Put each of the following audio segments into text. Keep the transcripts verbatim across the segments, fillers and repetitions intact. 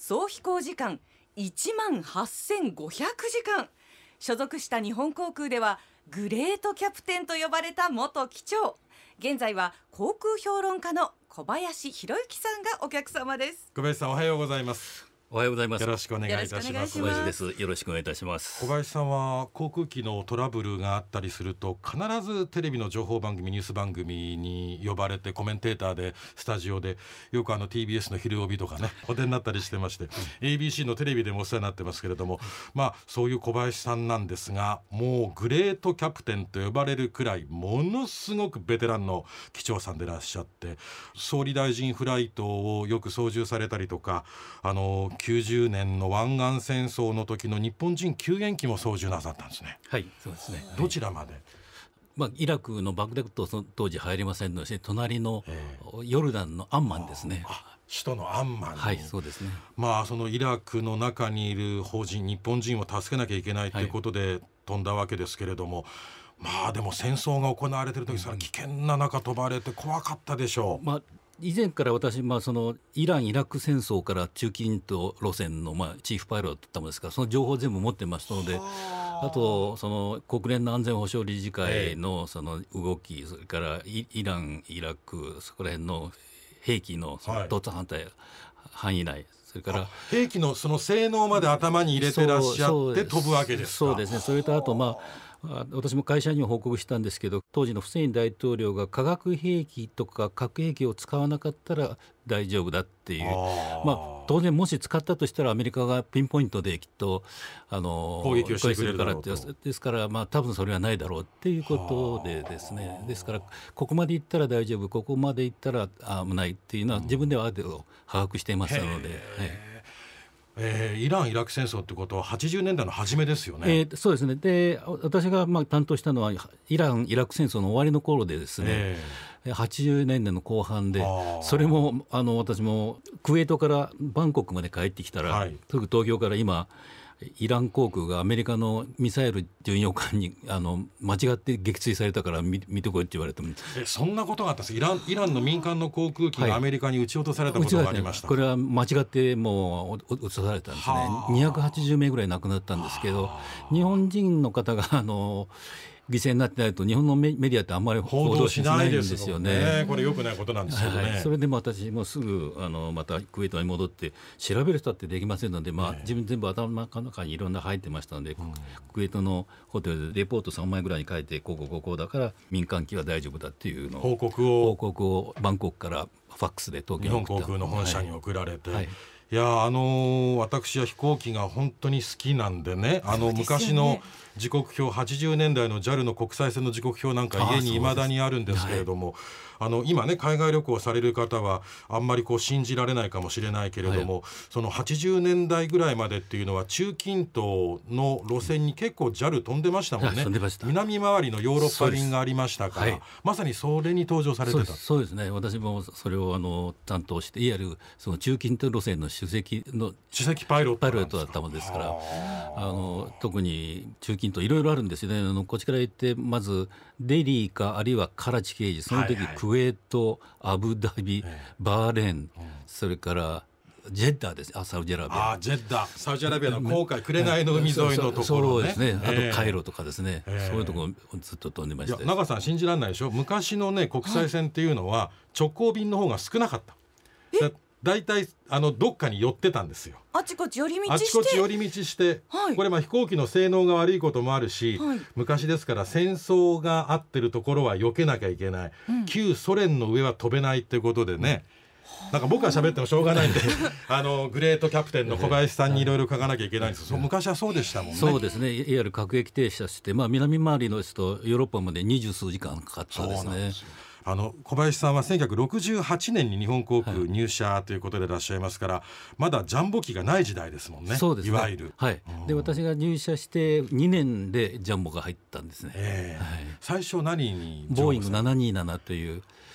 総飛行時間いちまんはっせんごひゃくじかん、所属した日本航空ではグレートキャプテンと呼ばれた元機長。現在は航空評論家の小林博之さんがお客様です。 小林さん、おはようございます。 おはようございます。 よろしくお願いいたします。 ます小林です。よろしくお願いいたします。 小林さんは航空機のトラブルがあったりすると必ずテレビの情報番組、ニュース番組に呼ばれて、コメンテーターでスタジオでよくあの ティービーエス の昼帯とかねお出になったりしてまして、 エービーシー のテレビでもお世話になってますけれども、まあそういう小林さんなんですが、もうグレートキャプテンと呼ばれるくらいものすごくベテランの機長さんでいらっしゃって、総理大臣フライトをよく操縦されたりとか、あのきゅうじゅうねんの湾岸戦争の時の日本人救援機も操縦なさったんですね。 はい、そうですね。 どちらまで？ まあ、イラクのバグダッドその当時入りませんので、隣のヨルダンのアンマンですね。 あ、首都のアンマンに、 はい、そうですね。 まあそのイラクの中にいる邦人、日本人を助けなきゃいけないということで飛んだわけですけれども、はい、まあでも戦争が行われている時、それは危険な中飛ばれて怖かったでしょう。 まあ以前から私、まあ、そのイラン・イラク戦争から中近東路線の、まあ、チーフパイロットだったものですから、その情報全部持ってますので、あとその国連の安全保障理事会のその動き、それからイイラン、イラク、そこら辺の兵器のその到達反対範囲内、それから兵器のその性能まで頭に入れてらっしゃって飛ぶわけですか？ そうですね。それとあと、まあ私も会社にも報告したんですけど、当時のフセイン大統領が化学兵器とか核兵器を使わなかったら大丈夫だっていう、あ、まあ、当然もし使ったとしたらアメリカがピンポイントできっとあの攻撃をしてくれるだろうと。 ですから、まあ、多分それはないだろうっていうことでですね、ですからここまで行ったら大丈夫、ここまで行ったら危ないっていうのは自分ではある程度把握していましたので、はい、 えー、イラン・イラク戦争ってことははちじゅうねんだいの初めですよね。 えー、そうですね。で、私がまあ担当したのはイラン・イラク戦争の終わりの頃でですね、えー、はちじゅうねんだいの後半で、それもあの私もクウェートからバンコクまで帰ってきたら、はい、すぐ東京から今イラン航空がアメリカのミサイル巡洋艦にあの間違って撃墜されたから 見, 見てこいって言われても、 えそんなことがあったんです。イラン、イランの民間の航空機がアメリカに撃ち落とされたことがありました。 はい、これは間違ってもう落とされたんですね。にひゃくはちじゅうめいぐらい亡くなったんですけど、日本人の方があの犠牲になってないと日本のメディアってあんまり報道しないんですよね。 これ良くないことなんですよね。 はい、それでも私もすぐあのまたクウェートに戻って調べる人ってできませんので、まあ、自分全部頭の中にいろんな入ってましたので、うん、クウェートのホテルでレポートさんまいぐらいに書いて、こうこうこうこうだから民間機は大丈夫だっていうのを報告を報告をバンコクからファックスで東京に送った。 日本航空の本社に送られて、はい、 いやあのー、私は飛行機が本当に好きなんでね、あの昔の時刻表、はちじゅうねんだいの ジャル の国際線の時刻表なんか家に未だにあるんですけれども、はい、あの今ね海外旅行される方はあんまりこう信じられないかもしれないけれども、はい、そのはちじゅうねんだいぐらいまでっていうのは中近東の路線に結構 ジャル 飛んでましたもんね。南回りのヨーロッパ便がありましたから、はい、まさにそれに登場されてた。 そうです、そうですね。私もそれをあの担当して、いわゆるその中近東路線の主席の主席パイロットパイロットだったものですから、あの特に中近東いろいろあるんですよね。あのこっちから行ってまずデリーかあるいはカラチ経由、その時、はいはい、クウェート、アブダビ、ええ、バーレーン、うん、それからジェッダーです。あ、サウジアラビア。 あ、ジェッダー、サウジアラビアの紅海、紅の海沿いのところね。 そうですね。あとカイロとかですね、えー、そういうところずっと飛んでました。 いや、中さん信じられないでしょ。昔のね国際線っていうのは直行便の方が少なかった。だだいたいあのどっかに寄ってたんですよ。 あちこち寄り道してあちこち寄り道して、はい、これまあ飛行機の性能が悪いこともあるし、はい、昔ですから戦争があってるところは避けなきゃいけない、うん、旧ソ連の上は飛べないってことでね、うん、なんか僕は喋ってもしょうがないんであのグレートキャプテンの小林さんにいろいろ書かなきゃいけないんですけど、昔はそうでしたもんね。 そうですね。いわゆる各駅停車して、まあ、南回りのですとヨーロッパまで二十数時間かかったですね。 あの小林さんはせんきゅうひゃくろくじゅうはちねんに日本航空入社ということでいらっしゃいますから、はい、まだジャンボ機がない時代ですもんね。 そうですね。 いわゆる、 はい、で私が入社してにねんでジャンボが入ったんですね。 えーはい、最初何にボーイングななひゃくにじゅうななという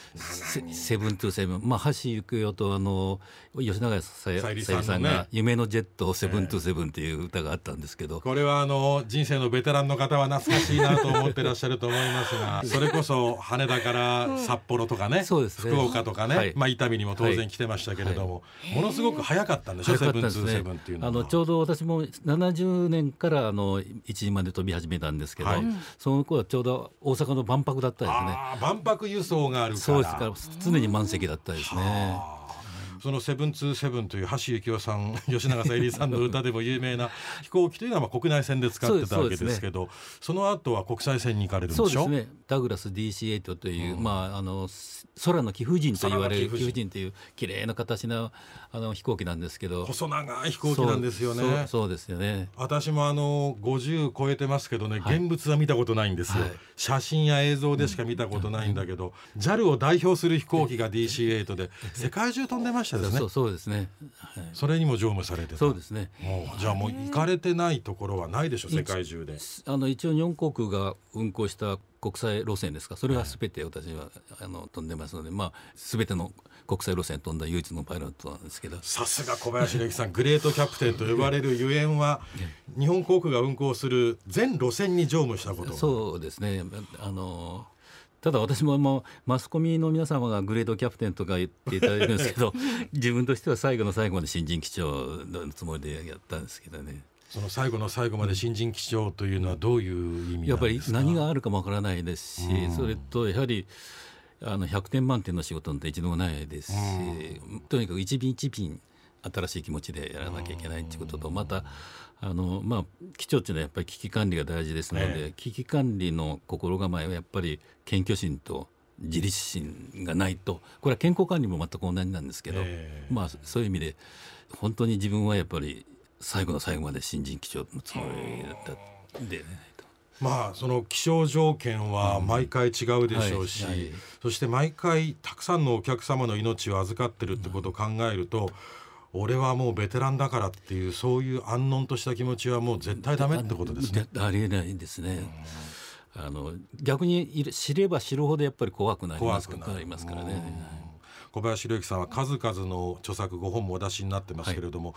セブントゥーセブン、まあ、橋幸夫とあの吉永小百合さんが「夢のジェットセブントゥーセブン」という歌があったんですけど、えー、 これはあの人生のベテランの方は懐かしいなと思ってらっしゃると思いますがそれこそ羽田から札幌とかね、うん、福岡とかね、はい、まあ、伊丹にも当然来てましたけれども、はいはい、ものすごく早かったんでしょ、セブントゥーセブンっていうのは。あのちょうど私もななじゅうねんからあのいちじまで飛び始めたんですけど、はい、その頃はちょうど大阪の万博だったですね。 あ、万博輸送があるからそうですから常に満席だったですね。 そのセブンツーセブンという橋幸夫さん吉永小百合さんの歌でも有名な飛行機というのはまあ国内線で使ってたわけですけど、 そ, そ, ね、その後は国際線に行かれるんでしょ。 そうですね、ダグラス ディーシーエイト という、うん、まあ、あの空の貴婦人と言われる貴婦人という綺麗な形のあの飛行機なんですけど、 細長い飛行機なんですよね。 そう、そう、そうですよね。 私もあのごじゅう超えてますけどね、はい、現物は見たことないんですよ、はい、写真や映像でしか見たことないんだけど、うん、ジャル を代表する飛行機が ディーシーエイト で世界中飛んでましたですね。 そう、そうですね、 はい、それにも乗務されてた。 そうですね。 もうじゃあもう行かれてないところはないでしょ、世界中で。 あの一応日本航空が運航した国際路線ですか、それは全て私は、はい、あの飛んでますので、まあ、全ての国際路線飛んだ唯一のパイロットなんですけど、 さすが小林歴さんグレートキャプテンと呼ばれるゆえんは日本航空が運航する全路線に乗務したこと。 そうですね。あのただ私ももうマスコミの皆様がグレートキャプテンとか言っていただいてるんですけど自分としては最後の最後まで新人機長のつもりでやったんですけどね。 その最後の最後まで新人機長というのはどういう意味なんですか。 やっぱり何があるかもわからないですし、うん、それとやはりあのひゃくてん満点の仕事なんて一度もないですし、うん、とにかく一便一便新しい気持ちでやらなきゃいけないということと、またあの、まあ、機長っていうのはやっぱり危機管理が大事ですので、ええ、危機管理の心構えはやっぱり謙虚心と自立心がないと、これは健康管理も全く同じなんですけど、ええ、まあ、そういう意味で本当に自分はやっぱり最後の最後まで新人機長のつもりだったんで、ね、 まあ、その気象条件は毎回違うでしょうし、うんはいはい、そして毎回たくさんのお客様の命を預かってるってことを考えると、うん、俺はもうベテランだからっていうそういう安穏とした気持ちはもう絶対ダメってことですね。 ありえないですね、うん、あの逆に知れば知るほどやっぱり怖くなりますからね。 小林弘之さんは数々の著作ごほんもお出しになってますけれども、はい、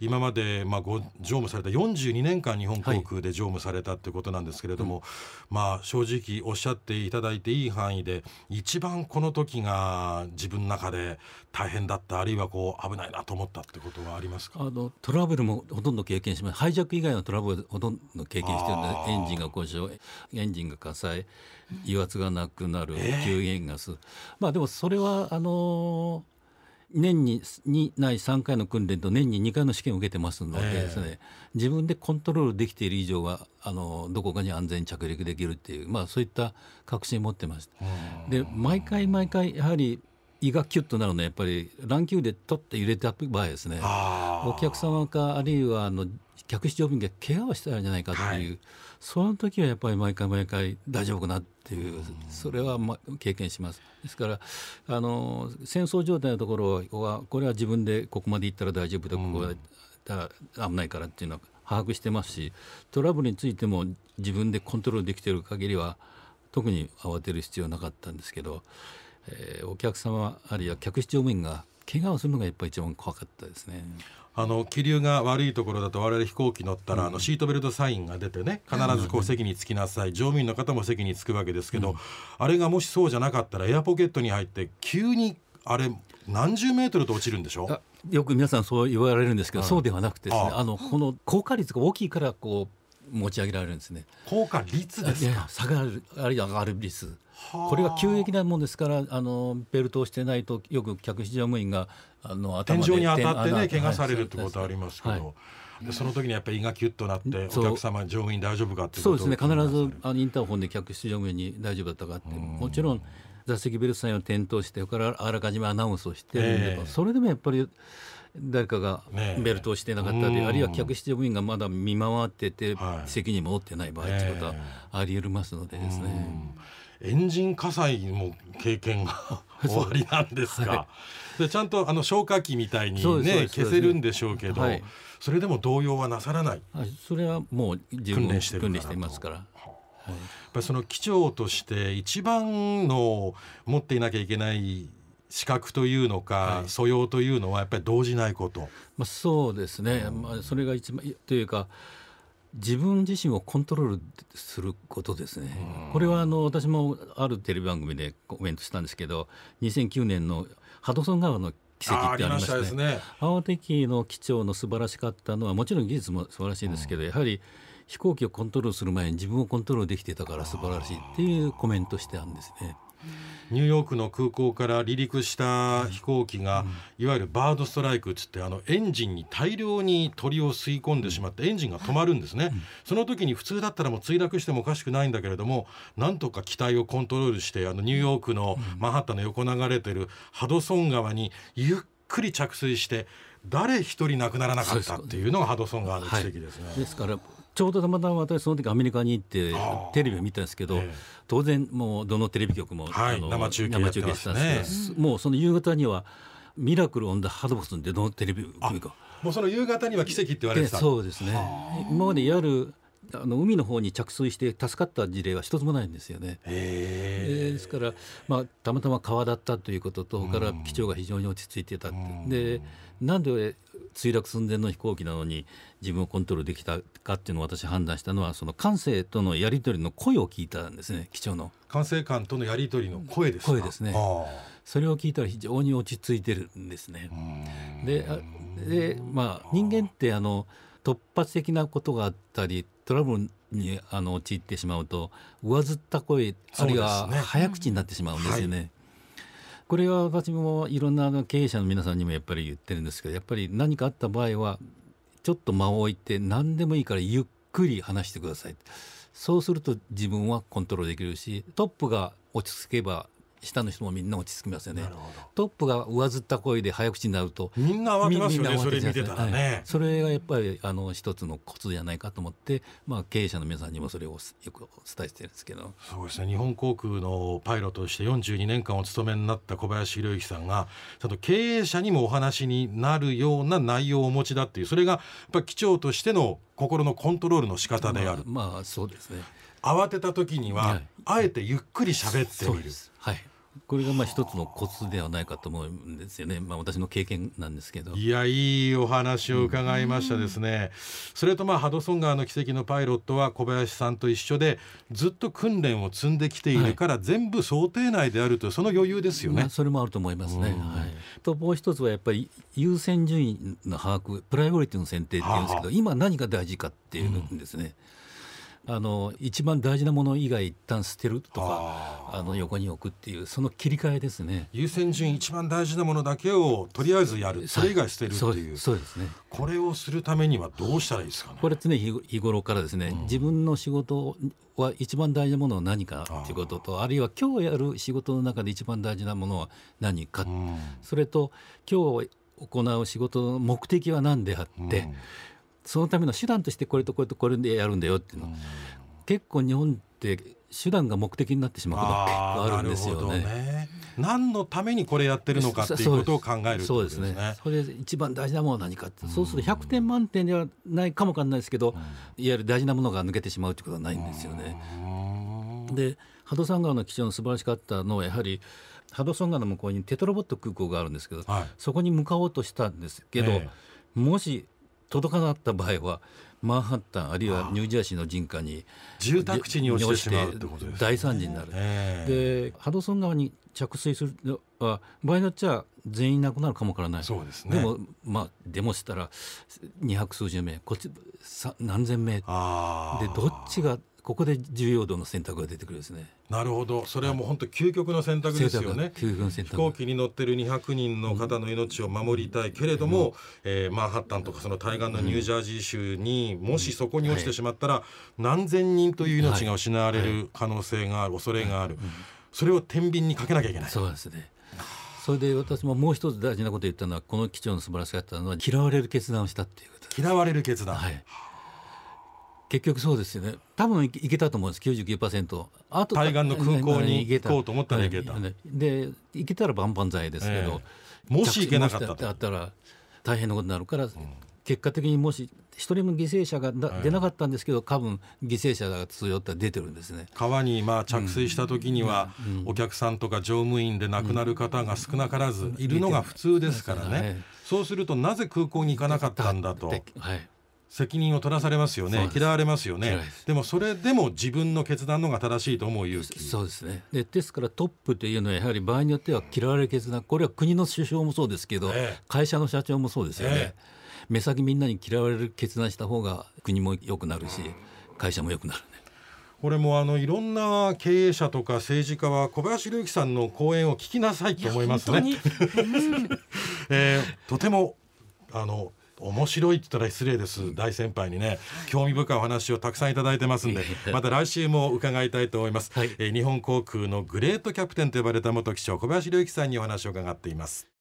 今までまあご乗務されたよんじゅうにねんかん日本航空で乗務されたってことなんですけれども、はい、まあ、正直おっしゃっていただいていい範囲で一番この時が自分の中で大変だった、あるいはこう危ないなと思ったってことはありますか。 あのトラブルもほとんど経験します。ハイジャック以外のトラブルほとんど経験してるので、エンジンが故障、エンジンが火災、油圧がなくなる、吸煙ガス、えー、まあでもそれはあの年ににないさんかいの訓練と年ににかいの試験を受けてますのでですね、えー、自分でコントロールできている以上はあのどこかに安全に着陸できるっていう、まあ、そういった確信を持ってます。で毎回毎回やはり胃がキュッとなるのはやっぱり乱気流で取って揺れた場合ですね、お客様かあるいはあの客室乗務員が怪我をしたんじゃないかっていう、はい、その時はやっぱり毎回毎回大丈夫かなっていう、それはま経験します。ですからあの戦争状態のところはこれは自分でここまで行ったら大丈夫だ、ここは危ないからっていうのは把握してますし、トラブルについても自分でコントロールできている限りは特に慌てる必要はなかったんですけど、えー、お客様あるいは客室乗務員が怪我をするのがやっぱり一番怖かったですね。 あの気流が悪いところだと我々飛行機乗ったら、うん、あのシートベルトサインが出てね、必ずこう席に着きなさい、乗務員の方も席に着くわけですけど、うん、あれがもしそうじゃなかったらエアポケットに入って急にあれ何十メートルと落ちるんでしょ。 よく皆さんそう言われるんですけど、はい、そうではなくてですね、ああのこの効果率が大きいからこう持ち上げられるんですね。 効果率ですか。いや下がるあるいは上がる率、これが急激なもんですから、あのベルトをしてないとよく客室乗務員があの頭で天井に当たってね怪我されるってことありますけど、はい、でその時にやっぱり胃がキュッとなってお客様乗務員大丈夫かっていうことを、 そうですね、必ずあのインターホンで客室乗務員に大丈夫だったかって、もちろん座席ベルトサインを点灯してからあらかじめアナウンスをしてるんで、えー、それでもやっぱり誰かがベルトをしてなかったり、ね、あるいは客室乗務員がまだ見回ってて、はい、席に戻ってない場合ということはあり得ますのでですね、 エンジン火災も経験が終わりなんですか。はい、でちゃんとあの消火器みたいに、ね、消せるんでしょうけど、はい、それでも動揺はなさらない。 それはもう自分訓練していますから。 やっぱりその機長として一番の持っていなきゃいけない資格というのか、はい、素養というのはやっぱり動じないこと、 まあ、そうですね、うん、まあ、それが一番というか自分自身をコントロールすることですね、うん、これはあの私もあるテレビ番組でコメントしたんですけど、にせんきゅうねんのハドソン川の奇跡ってありましたね。ありましたですね。泡滴の機長の素晴らしかったのはもちろん技術も素晴らしいですけど、うん、やはり飛行機をコントロールする前に自分をコントロールできていたから素晴らしいっていうコメントしてあるんですね。 ニューヨークの空港から離陸した飛行機が、うん、いわゆるバードストライクつってあのエンジンに大量に鳥を吸い込んでしまってエンジンが止まるんですね、うん、その時に普通だったらもう墜落してもおかしくないんだけれども、なんとか機体をコントロールしてあのニューヨークのマンハッタンの横流れてるハドソン川にゆっくり着水して誰一人亡くならなかったっていうのがハドソン川の奇跡ですね、 はい、ですからちょうどたまたま私その時アメリカに行ってテレビを見たんですけど、ええ、当然もうどのテレビ局も、 はい、 あの生中継やってますね。 生中継したんですけど、もうその夕方にはミラクルオンダハドボスンでどのテレビ局か、 もうその夕方には奇跡って言われてた。 そうですね。今まで夜あの海の方に着水して助かった事例は一つもないんですよね。 へー。 ですから、まあ、たまたま川だったということとから機長が非常に落ち着いてたって、でなんで墜落寸前の飛行機なのに自分をコントロールできたかっていうのを私判断したのは、その管制とのやり取りの声を聞いたんですね。機長の管制官とのやり取りの声ですか。 声ですね。それを聞いたら非常に落ち着いてるんですね。で、で、まあ、人間ってあの突発的なことがあったりトラブルにあの陥ってしまうと上ずった声、あるいは早口になってしまうんですよね、はい。これは私もいろんな経営者の皆さんにもやっぱり言ってるんですけど、やっぱり何かあった場合はちょっと間を置いて何でもいいからゆっくり話してください。そうすると自分はコントロールできるし、トップが落ち着けば下の人もみんな落ち着きますよね。トップが上ずった声で早口になるとみんな慌てますよね。それ見てたらね、はい、 それがやっぱりあの一つのコツじゃないかと思って、まあ、経営者の皆さんにもそれをよくお伝えしてるんですけど。 そうですね。日本航空のパイロットとしてよんじゅうにねんかんお勤めになった小林博之さんがちゃんと経営者にもお話になるような内容をお持ちだっていう、それがやっぱ機長としての心のコントロールの仕方である。 まあ、まあそうですね。 慌てた時には、はい、あえてゆっくり喋ってみる。 はい、これがまあ一つのコツではないかと思うんですよね。まあ、私の経験なんですけど。 いや、いいお話を伺いましたですね。それとまあハドソン川の奇跡のパイロットは小林さんと一緒でずっと訓練を積んできているから、はい、全部想定内であるというその余裕ですよね。 まあ、それもあると思いますね、はい。ともう一つはやっぱり優先順位の把握、プライオリティの選定っていうんですけど、今何が大事かっていうんですね、うん、あの一番大事なもの以外一旦捨てるとかあの横に置くっていうその切り替えですね。 優先順位一番大事なものだけをとりあえずやる、それ以外捨てるっていう、 そうですね。 これをするためにはどうしたらいいですかね。 これ常日頃からですね、うん、自分の仕事は一番大事なものは何かということと、 あ, あるいは今日やる仕事の中で一番大事なものは何か、うん、それと今日行う仕事の目的は何であって、うん、そのための手段としてこれとこれとこれでやるんだよっていうの、うん、結構日本って手段が目的になってしまうことが結構あるんですよ ね, なるほどね。何のためにこれやってるのかっていうことを考えるってことですね。そうですね。 それで一番大事なものは何かって、うん、そうするとひゃくてん満点ではないかもわかんないですけど、うん、いわゆる大事なものが抜けてしまうということはないんですよね、うん、でハドソン川の基調の素晴らしかったのはやはりハドソン川の向こうにテトロボット空港があるんですけど、はい、そこに向かおうとしたんですけど、ええ、もし届かなかった場合はマンハッタンあるいはニュージャーシーの人家に住宅地に落ちてしまうってことですね。 大惨事になる、えー、でハドソン川に着水するのは場合によっちゃ全員亡くなるかもわからない。 そうですね。 でもまあでもしたらにひゃくすうじゅうめいこっち何千名でどっちがここで重要度の選択が出てくるですね。 なるほど。それはもう本当究極の選択ですよね。 究極の選択。 飛行機に乗ってるにひゃくにんの方の命を守りたいけれども、うんえー、マンハッタンとかその対岸のニュージャージー州にもしそこに落ちてしまったら何千人という命が失われる可能性がある、恐れがある、それを天秤にかけなきゃいけない。 そうですね。それで私ももう一つ大事なことを言ったのは、この機長の素晴らしかったのは嫌われる決断をしたっていうこと。 嫌われる決断、 はい、結局そうですよね。多分いけたと思うんです。 きゅうじゅうきゅうパーセント。 あと対岸の空港に行こうと思ったら行けた、はい、 で行けたら万々歳ですけど、 えー、もし行けなかったとあったら大変なことになるから、うん、 結果的にもし一人も犠牲者が出なかったんですけど、多分犠牲者が通用って出てるんですね。 川にまあ着水した時には、うん、お客さんとか乗務員で亡くなる方が少なからずいるのが普通ですからね、はい、そうするとなぜ空港に行かなかったんだと、はい、責任を取らされますよね。嫌われますよね。でもそれでも自分の決断のが正しいと思う勇気。 そうですね。で、ですからトップというのはやはり場合によっては嫌われる決断、これは国の首相もそうですけど、ええ、会社の社長もそうですよね、ええ、目先みんなに嫌われる決断した方が国も良くなるし、会社も良くなるね。 これもあのいろんな経営者とか政治家は小林隆之さんの講演を聞きなさいと思いますね。えー、とてもあの面白いって言ったら失礼です。大先輩にね、興味深いお話をたくさんいただいてますんで、また来週も伺いたいと思います、はい、えー、日本航空のグレートキャプテンと呼ばれた元機長小林隆之さんにお話を伺っています。